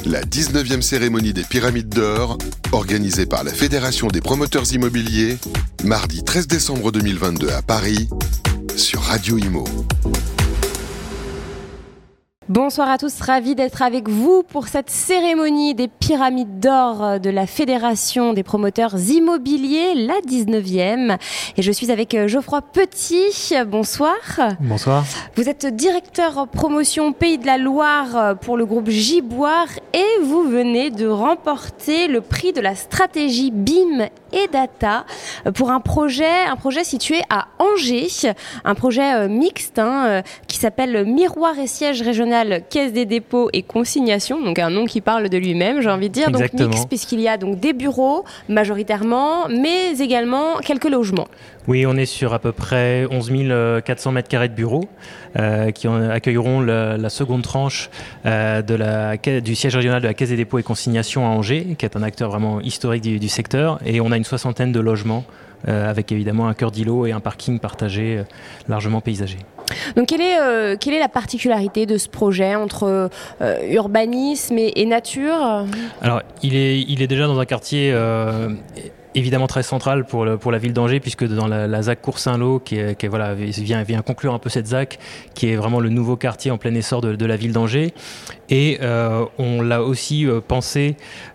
La 19e cérémonie des Pyramides d'Or, organisée par la Fédération des promoteurs immobiliers, mardi 13 décembre 2022 à Paris, sur Radio Imo. Bonsoir à tous, ravi d'être avec vous pour cette cérémonie des Pyramides d'Or de la Fédération des promoteurs immobiliers, la 19e. Et je suis avec Geoffroy Petit. Bonsoir. Bonsoir. Vous êtes directeur promotion Pays de la Loire pour le groupe Giboire et vous venez de remporter le prix de la stratégie BIM et Data pour un projet situé à Angers, un projet mixte qui s'appelle Miroir et siège régional Caisse des dépôts et consignation, donc un nom qui parle de lui-même, j'ai envie de dire. Exactement. Donc mixte puisqu'il y a donc des bureaux majoritairement, mais également quelques logements. Oui, on est sur à peu près 11 400 mètres carrés de bureaux qui accueilleront la seconde tranche du siège régional de la Caisse des dépôts et consignation à Angers, qui est un acteur vraiment historique du secteur. Et on a une soixantaine de logements avec évidemment un cœur d'îlot et un parking partagé largement paysager. Donc quelle est la particularité de ce projet entre urbanisme et nature ? Alors il est déjà dans un quartier évidemment très central pour la ville d'Angers, puisque dans la ZAC Cours-Saint-Lô qui vient conclure un peu cette ZAC, qui est vraiment le nouveau quartier en plein essor de la ville d'Angers. Et on l'a aussi pensé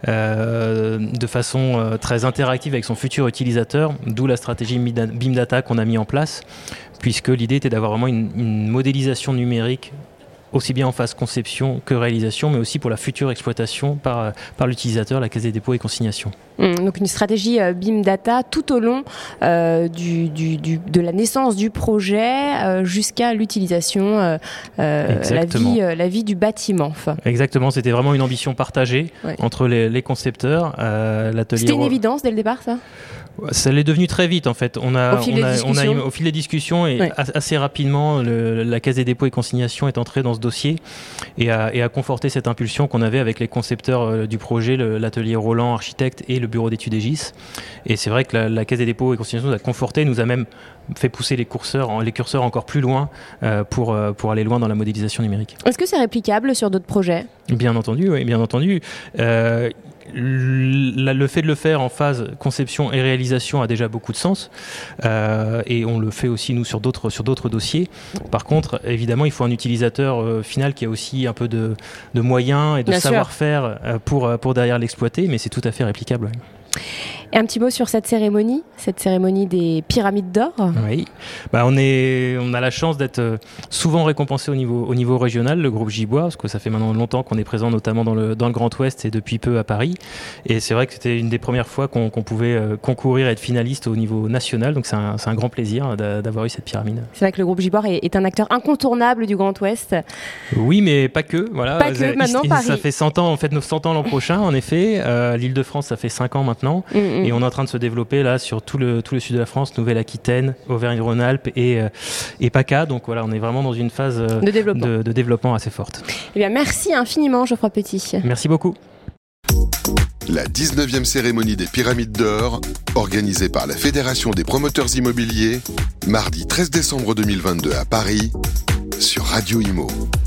de façon très interactive avec son futur utilisateur, d'où la stratégie BIM Data qu'on a mis en place, puisque l'idée était d'avoir vraiment une modélisation numérique aussi bien en phase conception que réalisation, mais aussi pour la future exploitation par l'utilisateur, la Caisse des dépôts et consignation. Donc une stratégie BIM Data tout au long de la naissance du projet jusqu'à l'utilisation, la vie du bâtiment. Enfin. Exactement, c'était vraiment une ambition partagée entre les concepteurs, l'atelier. C'était une évidence dès le départ, ça ? Ça l'est devenu très vite en fait. Au fil des discussions et assez rapidement, la Caisse des dépôts et consignation est entrée dans ce dossier et a conforté cette impulsion qu'on avait avec les concepteurs du projet, l'atelier Roland Architecte et le bureau d'études Aegis. Et c'est vrai que la Caisse des dépôts et consignation nous a conforté, nous a même fait pousser les curseurs encore plus loin pour aller loin dans la modélisation numérique. Est-ce que c'est réplicable sur d'autres projets ? Bien entendu, oui, bien entendu. Le fait de le faire en phase conception et réalisation a déjà beaucoup de sens et on le fait aussi nous sur d'autres dossiers. Par contre, évidemment, il faut un utilisateur final qui a aussi un peu de moyens et de savoir-faire pour derrière l'exploiter, mais c'est tout à fait réplicable. Oui. Et un petit mot sur cette cérémonie des Pyramides d'Or. Oui, on a la chance d'être souvent récompensé au niveau régional, le groupe Giboire, parce que ça fait maintenant longtemps qu'on est présent notamment dans le Grand Ouest et depuis peu à Paris. Et c'est vrai que c'était une des premières fois qu'on pouvait concourir et être finaliste au niveau national, donc c'est un grand plaisir d'avoir eu cette pyramide. C'est vrai que le groupe Giboire est un acteur incontournable du Grand Ouest. Oui, mais pas que. Voilà. Pas que, maintenant Paris. Ça fait 100 ans, en fait, 100 ans l'an prochain, en effet. L'Île-de-France, ça fait 5 ans maintenant. Et on est en train de se développer là sur tout le sud de la France, Nouvelle-Aquitaine, Auvergne-Rhône-Alpes et PACA. Donc voilà, on est vraiment dans une phase de développement assez forte. Eh bien, merci infiniment, Geoffroy Petit. Merci beaucoup. La 19e cérémonie des Pyramides d'Or, organisée par la Fédération des promoteurs immobiliers, mardi 13 décembre 2022 à Paris, sur Radio Imo.